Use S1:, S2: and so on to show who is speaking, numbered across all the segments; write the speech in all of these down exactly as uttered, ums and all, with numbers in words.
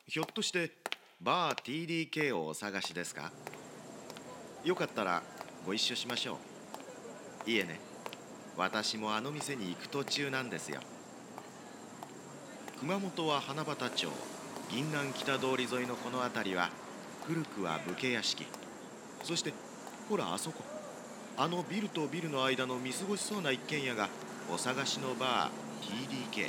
S1: ひょっとしてバー ティーディーケー をお探しですか？よかったらご一緒しましょう。いえね、私もあの店に行く途中なんですよ。熊本は花畑町、銀南北通り沿いのこの辺りは古くは武家屋敷、そしてほらあそこ、あのビルとビルの間の見過ごしそうな一軒家がお探しのバー ティーディーケ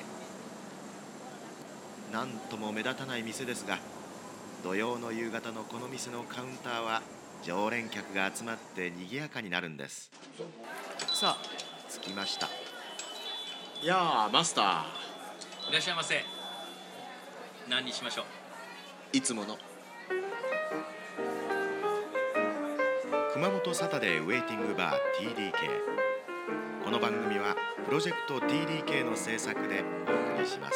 S1: ー。 なんとも目立たない店ですが、土曜の夕方のこの店のカウンターは常連客が集まって賑やかになるんです。さあ着きました。
S2: いやーマスター、
S3: いらっしゃいませ。何にしましょう？
S2: いつもの。
S1: 熊本サタデーウェイティングバー ティーディーケー。 この番組はプロジェクト ティーディーケー の制作でお送りします。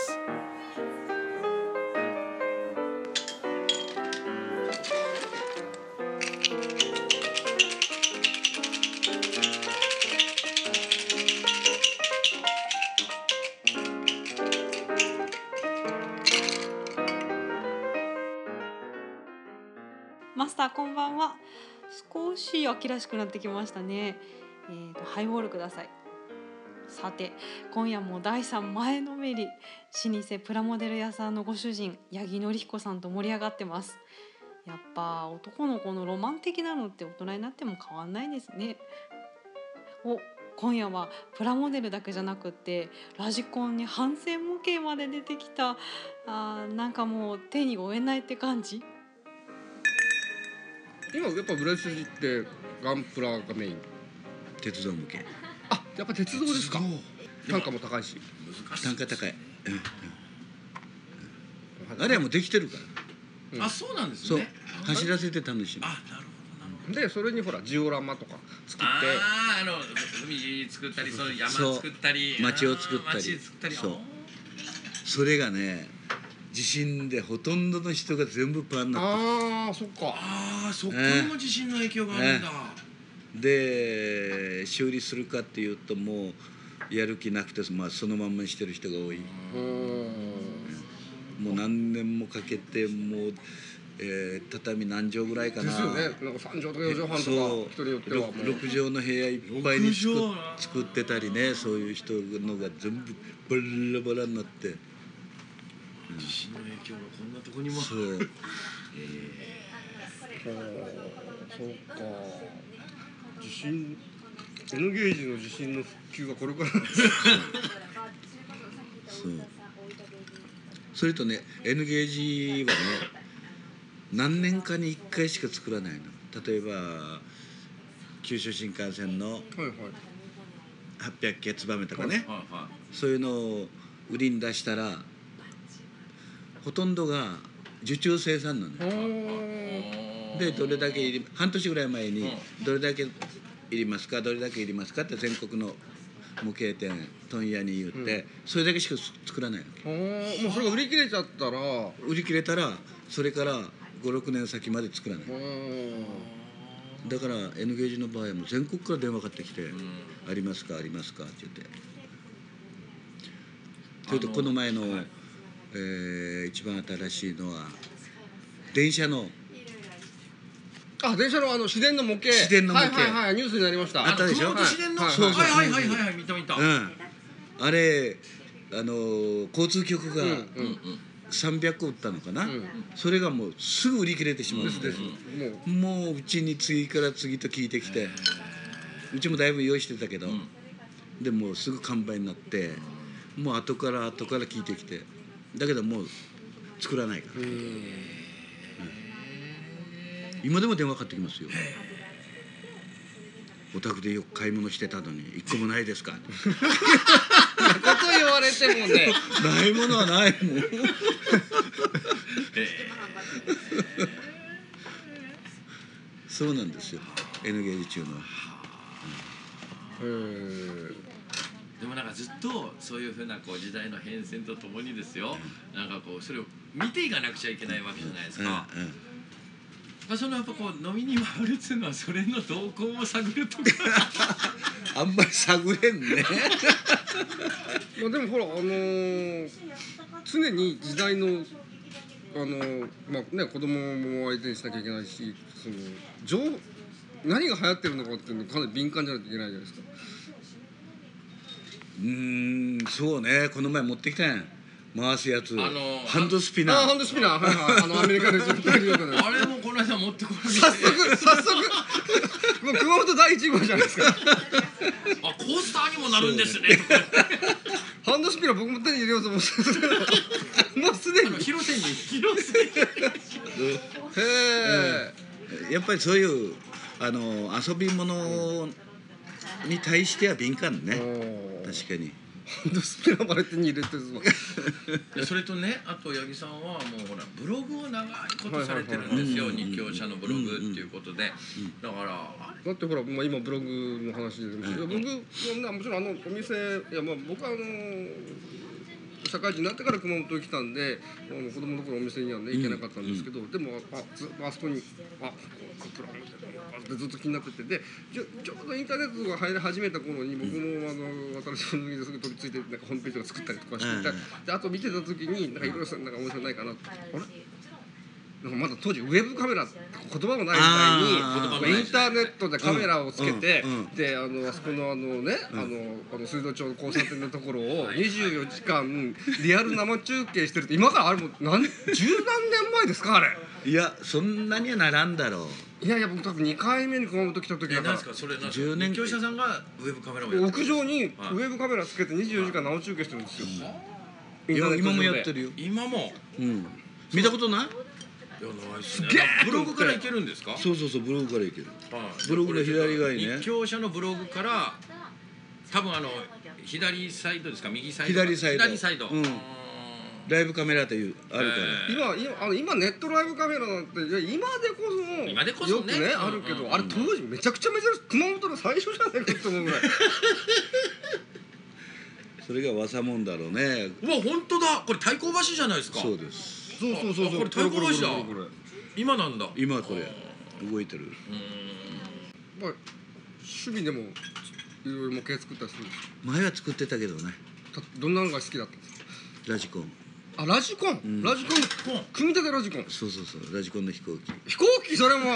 S4: マスターこんばんは。少し秋らしくなってきましたね。えーとハイボールください。さて今夜もだいさん前のめり、老舗プラモデル屋さんのご主人八木典彦さんと盛り上がってます。やっぱ男の子のロマン的なのって大人になっても変わんないですね。お今夜はプラモデルだけじゃなくってラジコンに反省模型まで出てきた。あーなんかもう手に負えないって感じ。
S5: 今やっぱ売れ筋ってガンプラがメイン。
S6: 鉄道向け。
S5: あ、やっぱ鉄道ですか。単価も高いし。
S6: 単価高い、うんうん、あれはもうできてるから、
S3: うん、あ、そうなんですね。
S6: そう走らせて楽しむ。
S3: あ、なるほど。
S5: でそれにほらジオラマとか作って、
S3: ああ、あの海作ったり、その山作ったり、
S6: 町を作ったり、
S3: 町作ったり、
S6: そうそれがね地震でほとんどの人が全部パーになってる。
S5: ああ、そっか。
S3: ああ、そこにも地震の影響があるんだ、
S6: えー、で修理するかっていうともうやる気なくて、まあ、そのまんまにしてる人が多い。もう何年もかけてもう、えー、畳何畳ぐらいかな。
S5: ですよね。なんかさん畳とかよ畳半とか人によってはもう
S6: ろく畳の部屋いっぱいに作っ作ってたりね、そういう人のが全部バラバラになって。
S3: 地震の影響がこんなとこにも。
S6: そう、
S3: え
S5: ー、そうか。地震 N ゲージの地震の復旧がこれから
S6: そうそれとね N ゲージはね何年かにいっかいしか作らないの。例えば九州新幹線のはっぴゃく系ツバメとかね、はいはいはい、そういうのを売りに出したらほとんどが受注生産なのよ。でどれだけいり半年ぐらい前にどれだけいりますかどれだけいりますかって全国の模型店問屋に言って、うん、それだけしか作らないわけ。
S5: もうそれが売り切れちゃったら
S6: 売り切れたらそれからごろくねん先まで作らない。だから N ゲージの場合はもう全国から電話かかってきて「ありますかありますか」って言って、それとこの前の、はい、えー、一番新しいのは電車の
S5: あ電車のあの市電の模型
S6: 市電の模型、
S5: はいはいはい、ニュースになりました。
S6: あったでしょ。
S3: 熊本市電の、
S6: はい、そうそう、
S3: はいはいはいはい、見た見た、
S6: うん、あれあの交通局が、うんうんうんさんびゃっこ売ったのかな、うん、それがもうすぐ売り切れてしまって、うん、もううちに次から次と聞いてきて、うちもだいぶ用意してたけど、うん、でもうすぐ完売になって、もう後から後から聞いてきて、だけどもう作らないから、うん、今でも電話かかってきますよ。お宅でよく買い物してたのに一個もないですか
S5: こと言われてもね
S6: ないものはないもんそうなんですよ N ゲージ中の、
S3: うん、でもなんかずっとそういうふうなこう時代の変遷とともにですよ、うん、なんかこうそれを見ていかなくちゃいけないわけじゃないですか、うんうんうん、そのやっぱこう飲みに回るっていうのはそれの動向を探るとか
S6: あんまり探れんね
S5: まあでもほらあのー、常に時代のあのまあね子供も相手にしなきゃいけないし、その情何が流行ってるのかっていうのかなり敏感じゃないといけないじゃないですか。
S6: うーんそうね、この前持ってきたやん、回すやつ、
S3: あのー、
S6: ハンドスピナー。
S5: あハンドスピナー、はいはい、あのアメリカでずっとやるような
S3: あれもこの間持ってこられて
S5: 早速早速もう熊本第一号じゃないですか。
S3: あコースターにもなるんですねとか
S5: ハンドスピナー僕も手に入れようと思ってたけどもうすでに
S3: 広瀬に広瀬に
S5: へえ、
S6: やっぱりそういうあの遊び物に対しては敏感ね、確かに。
S5: ハンドスピナーまで手に入れてるぞ。
S3: でそれとね、あと八木さんはもうほらブログを長いことされてるんですよ、
S6: はいはいはい
S3: 日教者のブログっていうことで、だから
S5: だってほら、まあ、今ブログの話でも、いや僕もなもちろんあのお店、いやまあ僕はあの社会人になってから熊本に来たんで、あの子供の頃お店にはね行けなかったんですけど、でもあずあそこにあプラモデルってずっと気になってて、でちょちょうどインターネットが入り始めた頃に僕もあの新しいものですぐ飛びついてなんかホームページとか作ったりとかしていた、であと見てた時になんかいろいろなんか面白いないかなって、あれなんかまだ当時ウェブカメラって言葉もない時代にインターネットでカメラをつけて、
S6: うんうんうん、
S5: であのあそこのあのね、うん、あのあの水道町の交差点のところをにじゅうよじかんリアル生中継してるって、今からあれも何十何年前ですかあれ。
S6: いやそんなにはならんだろ
S5: う。いやいや僕多分にかいめに熊本来た時だから。
S3: え、なんですかそれ、じゅうねん日教者さんがウェブカメラをやってる。
S5: 屋上にウェブカメラつけてにじゅうよじかん生中継してるんですよ。
S6: いや今もやってるよ。
S3: 今も。
S6: うん。見たことない？
S3: いやないですね。ブログから行けるんですか？
S6: そうそうそうブログから行ける。ブログの左側にね。
S3: 日教者のブログから多分あの左サイドですか、右サイド？
S6: 左サイド。
S3: 左サイド。うん。
S6: ライブカメラというあるから。
S5: 今今あの今ネットライブカメラなんていや今でこそ
S3: 今でこそ
S5: よくねあるけど、あれ当時めちゃくちゃ珍しい、熊本の最初じゃないかと思うぐらい。
S6: それがわさもんだろうね。
S3: うわ本当だ、これ太鼓橋じゃないですか。
S6: そうです。
S5: そうそうそうそう。
S3: これ太鼓橋だ。今なんだ。
S6: 今これ動いてる。
S5: まあ趣味でもいろいろ模型作ったりするんです。
S6: 前は作ってたけどね。
S5: どんなのが好きだったんですか？
S6: ラジコン。
S5: あラジコン、うん、ラジコン組み立てラジコン。
S6: そうそうそうラジコンの飛行機。
S5: 飛行機それも。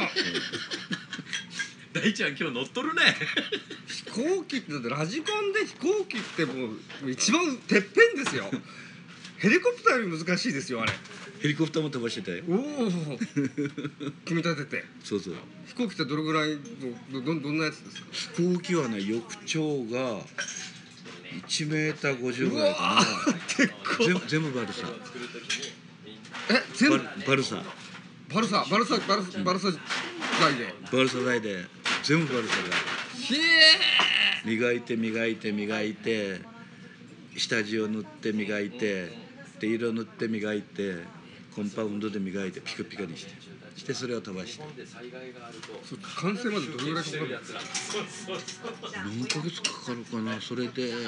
S3: 大ちゃん今日乗っとるね。
S5: 飛行機ってだってラジコンで飛行機ってもう一番てっぺんですよ。ヘリコプターより難しいですよあれ。
S6: ヘリコプターも飛ばしてたよ。
S5: おお。組み立てて。
S6: そうそう。
S5: 飛行機ってどれぐらいどどどんなやつですか？
S6: 飛行機はね翼長がいちメーターごじゅうぐらいかな。全部全部バルサ。
S5: え全部
S6: バルサ。
S5: バルサバルサバルサバルサ材で。
S6: バルサ材で全部バルサ
S5: 材。へ
S6: え。磨いて磨いて磨いて下地を塗って磨いてで色塗って磨いてコンパウンドで磨いてピカピカにしてしてそれを飛ばして。
S5: 完成までどれぐらいかかる？
S6: 何ヶ月かかるかな。それでいっ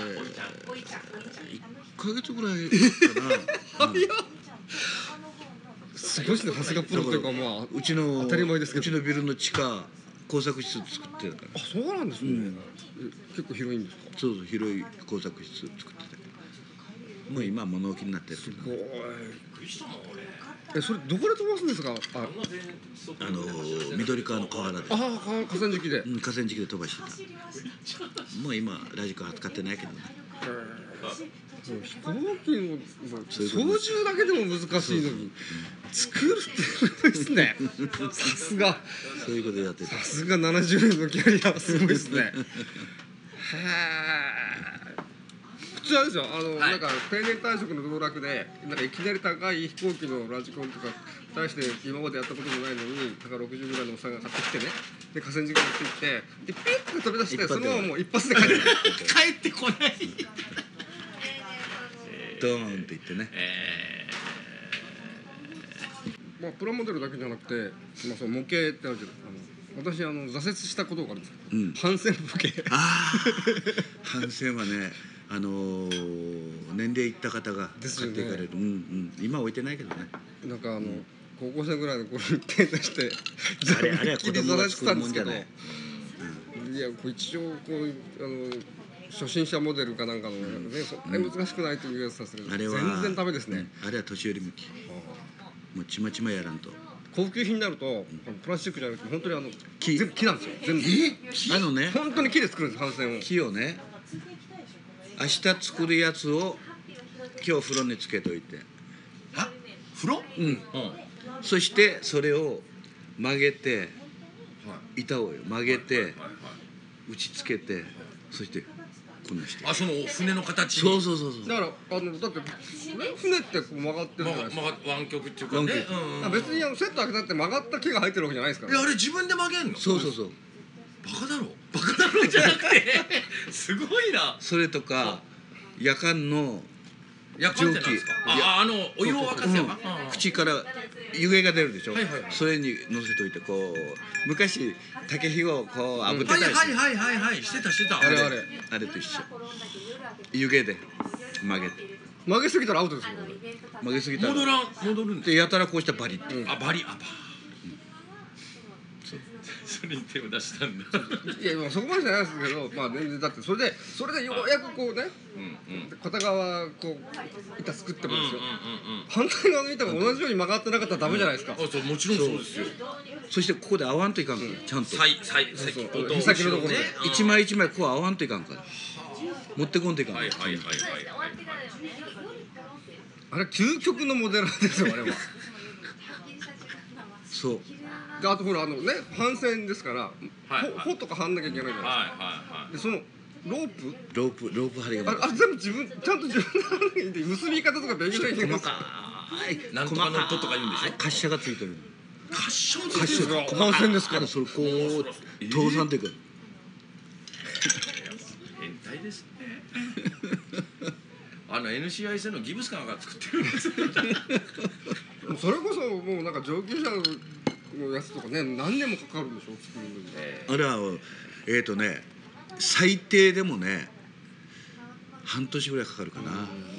S6: かげつぐらいかな。うん、
S5: すごいですね。さすがプロというかまあ
S6: うちの
S5: 当たり前ですけど、
S6: うちのビルの地下工作室作ってたから。
S5: あそうなんですね。うん、結構広いんですか？
S6: そうそう広い工作室作ってた。もう今は物置になってるけど、ね。
S5: すごい。えそれどこで飛ばすんですか？あ、
S6: あのー、緑川の河原で。
S5: ああ河川敷で。
S6: うん河川敷で飛ばしてた。もう今ラジコン扱ってないけどね。
S5: 飛行機の操縦だけでも難しいのに作るってすごいですね。さすが。
S6: そういうことやってた。
S5: さすがななじゅうねんのキャリアはすごいですね。へえ。普通あれですよ、あの、はい、なんか定年退職の道楽でなんかいきなり高い飛行機のラジコンとか対して今までやったこともないのにだからろくじゅうぐらいのおっさんが買ってきてね、で河川敷に持って行ってでピッて飛び出してそのままもう一発で帰って
S3: 帰ってこない
S6: ドーンって言ってね、
S3: え
S5: ーまあ、プラモデルだけじゃなくて、まあ、その模型ってあるじゃないですか。私あの挫折したことがあるんですけど、うん、帆船模型。
S6: あ帆船はねあのー、年齢いった方が買っていかれる、ねうんうん、今置いてないけどね。
S5: なんかあの、うん、高校生ぐらいの頃に手出して
S6: あれあれは子供が作るもんじゃない。
S5: うん、いや一応こうあの初心者モデルかなんかの、ねうん、そんなに難しくないというやつですけど、うん、全然ダメですね、
S6: うん、あれは年寄り向き。 もうちまちまやらんと。
S5: 高級品になるとプラスチックじゃなくて本当にあの
S6: 木
S5: 全部木なんですよ。全部
S6: あのね
S5: 本当に木で作るんです、帆船を。
S6: 木をね明日作るやつを今日風呂につけといて、
S3: あ、風呂？
S6: うん、
S3: うん。
S6: そしてそれを曲げて
S3: はい。
S6: 板を曲げて
S3: はいはいはい
S6: 打ちつけて、そしてこんなして、
S3: あ、その船の形に。
S6: そうそうそうそう
S5: だからあのだって、ね、船ってこう曲がってるじゃないですか。
S3: まま湾曲っていうかね。
S6: 湾曲
S3: うんうん
S5: あ別にあのセット開けたって曲がった木が入ってるわけじゃないですから、
S3: え、あれ自分で曲げんの？
S6: そうそうそう
S3: バカだろ。バカだろじゃなくてすごいな。
S6: それとか夜間の
S3: やかんってなんですか？
S6: 蒸気
S3: あ、あのお湯を沸かすやかん。
S6: 口から湯気が出るでしょ、
S3: はいはいはい
S6: それに乗せといてこう昔竹ひごをこう炙ってたりする、
S3: はいはいはいはいはい、してたしてた。
S5: あれあれ
S6: あれと一緒、湯気で曲げて
S5: 曲げすぎたらアウトですよ。
S6: 曲げすぎたら
S3: 戻らん戻るんで。
S6: でやたらこうしたバリッて、
S5: うん
S3: あ、バリあば。それに手を出したんだ。
S5: いやまあそこまでじゃないですけど、まあ全然だってそれでそれでようやくこうね
S3: うんうん。
S5: 片側こう板作ってもですよ、
S3: うんうんうんうん。
S5: 反対側の板が同じように曲がってなかったらダメじゃないですか。
S3: あ、そうもちろんそうですよ。
S6: そしてここで合わんといかんから、ちゃんと
S3: さいさい
S5: そう
S3: 先
S5: そう先のところで
S6: 一枚一枚こう合わんといかんから持ってこんといかん、
S3: はいはいはいはいはい。
S5: あれ究極のモデラーですよあれは。
S6: そう
S5: であとほらあのね帆船ですから、
S3: はい
S5: ほほとか張んなきゃいけないじゃない
S3: はいはいはい。
S5: ですか。でそのロープ
S6: ロープロープ張りが
S5: あれあれ全部自分ちゃんと自分で張らなきゃいけない結び方とか勉強しなきゃいけないんです
S6: 細か
S5: よ。
S6: い
S3: なんとかの音とか言うんでしょ？
S6: 滑車がついてる
S3: 合唱
S5: 滑車帆船ですから。
S6: それこう通さんといかん、
S3: 変態ですね。あの エヌシーアイ 製のギブスカンが作ってるんですよ。
S5: それこそもうなんか上級者のやつとかね何年もかかるんでしょ作るのに。
S6: あれはえーとね最低でもね半年ぐらいかかるかな、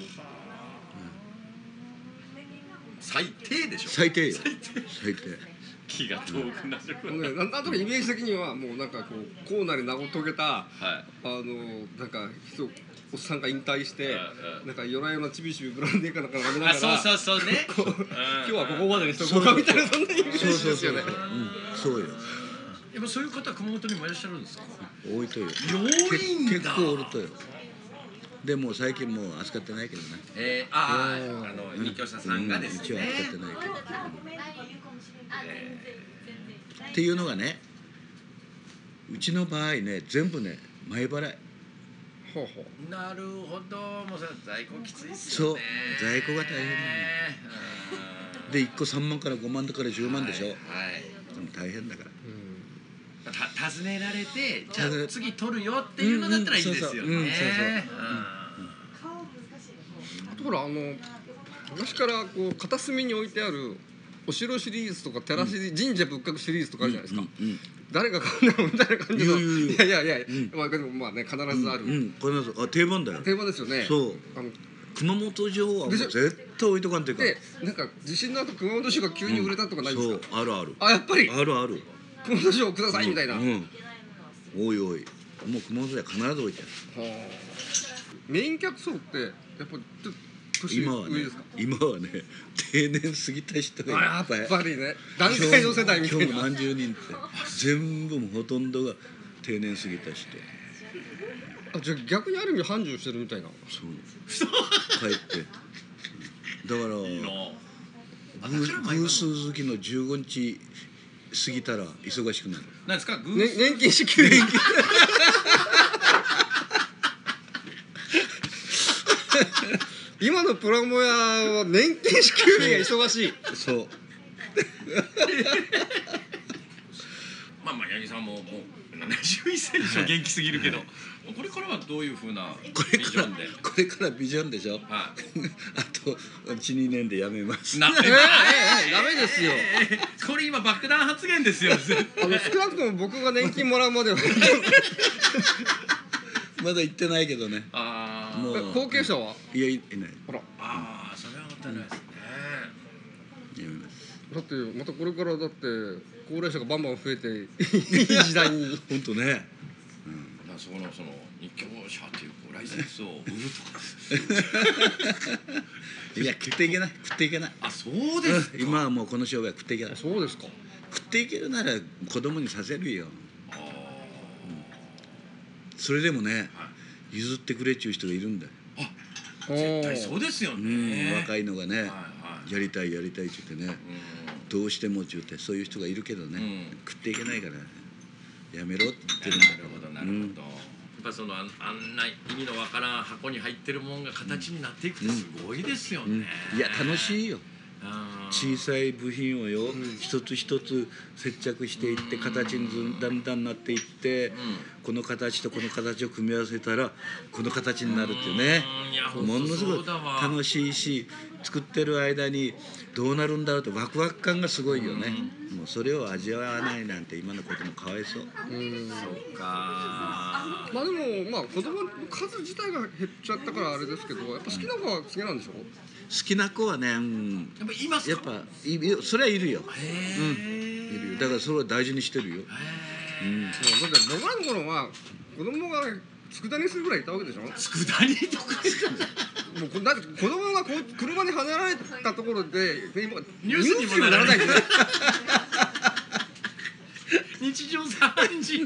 S3: 最低でしょ。
S6: 最低よ
S3: 最低。
S6: 最低
S3: 気が遠くなる。
S5: ね、なんなんとかイメージ的にはもうなんかこうコーナーに名を遂げた
S3: はい。
S5: あのなんか人おっさんが引退して
S3: うんうん
S5: なんか夜な夜なちびちびブランデーかなんか飲みなが
S3: あ、
S5: ら
S3: そうそうそうね。
S5: こう
S3: うん
S5: 今日はここまでにしとこうかみたいなそんなイメージ
S6: そうそうそう、
S5: ですよね。
S6: うん、そうよ
S3: やっぱそういう方熊本にもいらっしゃるんですか？
S6: 多いとよ
S3: 多いんだ。
S6: 結構おるとよでも最近もう扱ってないけどね
S3: えー、ああ、あの二居者さんがですね。
S6: うん、一応扱ってないけど、っていうのがねうちの場合ね全部ね前払い
S5: ほうほう。
S3: なるほど、もうそれ在庫きついっす
S6: そう
S3: よね。
S6: 在庫が大変なの
S3: うん
S6: でいっこさんまんからごまんだからじゅうまんでしょ、
S3: はいはい
S6: でも大変だから
S3: た尋ねられて、じゃ
S6: 尋ね
S3: あ次取るよっていうのだったらいいですよね。
S6: うんうんそうそううんそうそう
S5: あとほらあの昔からこう片隅に置いてあるお城シリーズとか寺シリーズ、神社仏閣シリーズとかあるじゃないですか、
S6: うんうん
S5: 誰が買うんだろうみたいな感じの
S6: 言う言う言う
S5: いやいやいや、
S6: ん
S5: まあでもまあね必ずある、
S6: うんうん、これあ定番だよ
S5: 定番ですよね。
S6: そう
S5: あの
S6: 熊本城はもう
S5: でしょ
S6: 絶対置いとかんといかん
S5: でなんか地震の後熊本市が急に売れたとかないんです
S6: そう
S5: か、
S6: あるある
S5: あやっぱり
S6: あるある
S5: 熊本市をくださいみたいな、は
S6: うんおいおいもう熊本では必ず置いてある
S5: あメイン客層ってやっぱちょっと年
S6: 今はね
S5: 上ですか？
S6: 今はね定年過ぎた人がい
S5: あ
S6: っぱい
S5: やっぱりね団塊の世代みたいな。
S6: 今日も何十人って全部もほとんどが定年過ぎた人
S5: あじゃあ逆にある意味繁盛してるみたいな。
S6: そう帰ってだから
S3: いいな。あ
S6: 偶
S3: だから前
S6: 偶数月のじゅうごにち過ぎたら忙しくなる
S3: なんですか？偶
S5: ね、年金支給年金今のプラモ屋は年金支給日が忙しい。
S6: そう
S3: まあまあ八木さんももうななじゅういっさいでしょ、元気すぎるけど、これからはどういう風な
S6: これから
S3: ビジョンで。
S6: これからビジョンでしょ
S3: はい。
S6: あといちにねんで辞めます
S3: な、
S5: ええええダメですよ。
S3: えーこれ今爆弾発言ですよ。
S5: あの少なくとも僕が年金もらうまでは
S6: まだ行ってないけどね
S3: ああ。
S6: もう
S5: 後継者はい
S6: やいいない
S5: ほら
S3: ああ、それはもったいないですね。
S6: 辞めます
S5: だってまたこれからだって高齢者がバンバン増えていい時代に
S3: なる
S6: 本当ね
S3: ほそこのその日教社っていうこうライセンスを売るとか
S6: いや食っていけない食っていけない。
S3: あ、そうですか。
S6: 今はもうこの商売食っていけない。
S5: そうですか。
S6: 食っていけるなら子供にさせるよ。
S3: あー、
S6: それでもね、
S3: は
S6: 譲ってくれっちゅう人がいるんだよ。
S3: 絶対そうですよね。
S6: うん、若いのがね、
S3: はいはい、
S6: やりたいやりたいって言ってね、
S3: うん、
S6: どうしてもっちゅうてそういう人がいるけどね、
S3: うん、
S6: 食っていけないからやめろって言ってるんだよ。
S3: なるほどなるほど、うん、やっぱそのあんあんな意味のわからん箱に入ってるもんが形になっていくってすごいですよね、
S6: うんうん、いや楽しいよ。小さい部品をよ、うん、一つ一つ接着していって形にだんだんなっていって、うん、この形とこの形を組み合わせたらこの形になるっていうね、うん、ものすごい楽しいし、作ってる間にどうなるんだろうってワクワク感がすごいよね、うん、もうそれを味わわないなんて今の子供かわいそう。
S3: うん、そうか。
S5: まあでもまあ子供の数自体が減っちゃったからあれですけど、やっぱ好きな子は好きなんでしょう。
S6: 好きな子はね、うん、
S3: やっぱいますか。
S6: やっぱいそれはいるよ。
S3: へ
S6: ー、うん、いるよ。だからそれは大事にしてるよ。へ
S5: ー、うん、だって僕らの頃は子供が佃煮するぐらいいたわけでしょ。
S3: 佃煮とか
S5: もうだって子供がこう車にはねられたところで今
S3: ニュースにもならない日常茶飯事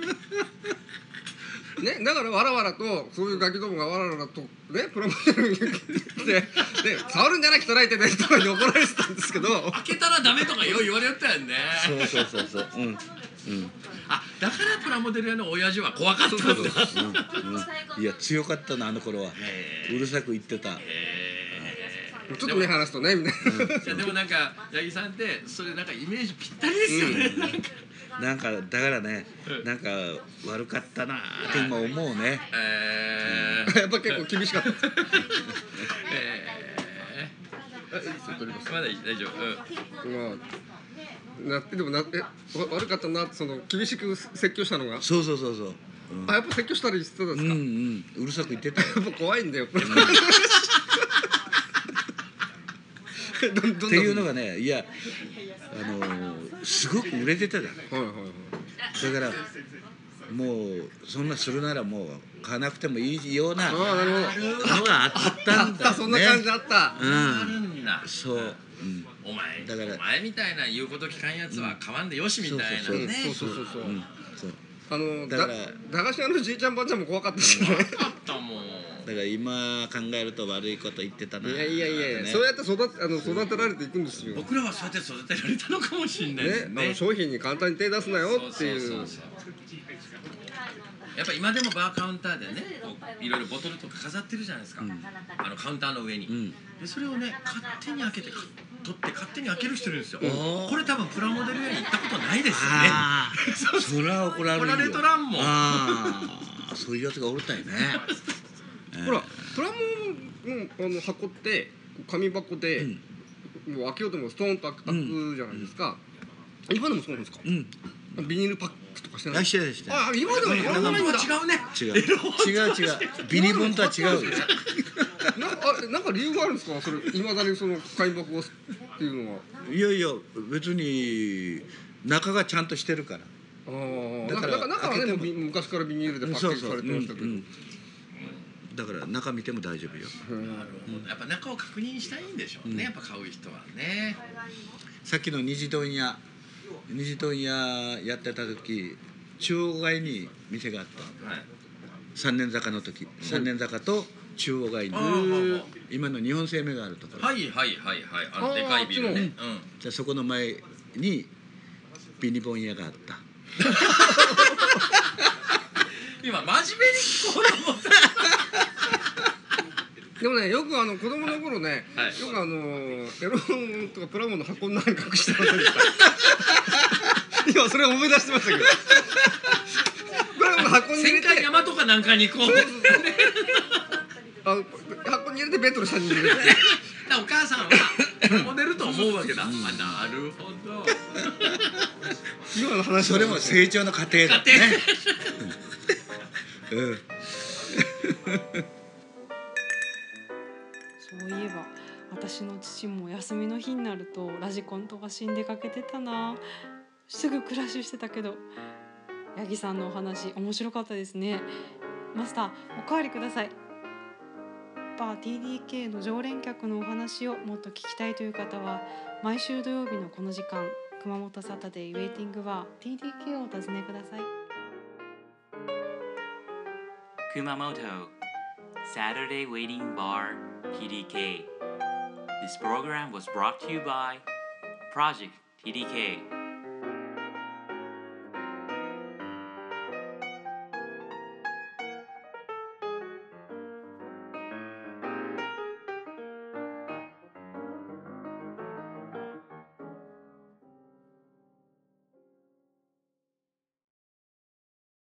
S5: ね、だからわらわらとそういうガキどもがわらわらとねプラモデルに来てで触るんじゃない汚い手でとかに怒られてたんですけど、
S3: 開けたらダメとかよう言われたよね。
S6: そうそうそうそう、うんうん、
S3: あ、だからプラモデル屋の親父は怖かったんだ。そうそうそう、
S6: うんうん、いや強かったなあの頃は。うるさく言ってた。
S5: ちょっと目離すとねみたいな。
S3: じゃでもなんか八木さんってそれなんかイメージぴったりですよね。
S6: うん、なんかだからね、なんか悪かったなって今思うね。
S5: えー、やっぱ結構厳しかった。
S3: えー、まだ大丈夫。
S5: まあなってでもなえ悪かったなってその厳しく説教したのが。
S6: そうそうそうそう。
S5: うん、あやっぱ説教したりしてたんですか。
S6: うんうん、うるさく言ってた。
S5: やっぱ怖いんだよ。
S6: っていうのがね、いやあのー、すごく売れてたじゃん、はいはいはい、だからもうそんなするならもう買わなくてもいいようなのがあったんだよね。
S5: そんな感じあった、
S3: うん、あるんだ。
S6: そう、うん、
S3: お前
S6: だから
S3: お前みたいな言うこと聞かんやつは買わんでよしみたいなね。
S5: そうそうそうそう、うん、
S6: そう
S5: あのだから駄菓子屋のじいちゃんばあちゃんも怖かったしね。
S3: 怖かったもん。
S6: だから今考えると悪いこと言ってたな。
S5: いやいやいや、ね、そうやって育てあの育てられていくんですよ。
S3: 僕らはそうやって育てられたのかもしれないですね。
S5: ね、あの商品に簡単に手出すなよっていう。そうそうそうそう、
S3: やっぱ今でもバーカウンターでね、こういろいろボトルとか飾ってるじゃないですか、うん、あのカウンターの上に、うん、でそれをね勝手に開けて取って勝手に開ける人いるんですよ。これ多分プラモデル屋に行ったことないですよね。
S6: それは怒られるよ。
S3: 怒られとらんもん。
S6: あそういうやつがおるたいね。
S5: ほらプラモのあの箱って紙箱で、うん、もう開けようともストーンと開くじゃないですか、うん、今でもそうなんですか、うん、ビニールパックとかしてない。
S6: してないしてない。
S5: あ、今でもやらないんだ。
S3: 違うね。
S6: 違う違う違うビニボンとは違うよ。
S5: なんかあなんか理由があるんですか、それ未だにその紙箱をっていうのは。
S6: いやいや別に中がちゃんとしてるから。
S5: ああ、だから中はねも昔からビニールでパッケージされてましたけど。
S6: だから中見ても大丈夫よ。
S3: なるほど。やっぱ中を確認したいんでしょうね、うん、やっぱ買う人はね。
S6: さっきの虹問屋虹問屋やってた時中央街に店があった、はい、三年坂の時、三年坂と中央街に今の日本生命があるところ。
S3: はいはいはいはい、あのでかいビルね、うん、
S6: じゃあそこの前にビニボン屋があった
S3: 今真面目に聞こうと思った
S5: でもね、よくあの子供の頃ね、はい、よくあのエロ本とかプラモの箱の中に隠してませんでした今それ思い出してましたけどプラモの箱に入れて
S3: 戦艦山とかなんかにこう
S5: あの箱に入れてベッドの下に入れて
S3: お母さんはモデルと思うわけだ、うん、あ、なるほど
S5: 今の話
S6: それも成長の過程だねうん
S4: そういえば私の父も休みの日になるとラジコンとか死んでかけてたな。すぐクラッシュしてたけど八木さんのお話面白かったですね。マスター、おかわりください。バー ティーディーケー の常連客のお話をもっと聞きたいという方は、毎週土曜日のこの時間、熊本サタデーウェイティングバー ティーディーケー をお尋ねください。
S7: Kumamoto Saturday Waiting Bar ティーディーケー. This program was brought to you by Project ティーディーケー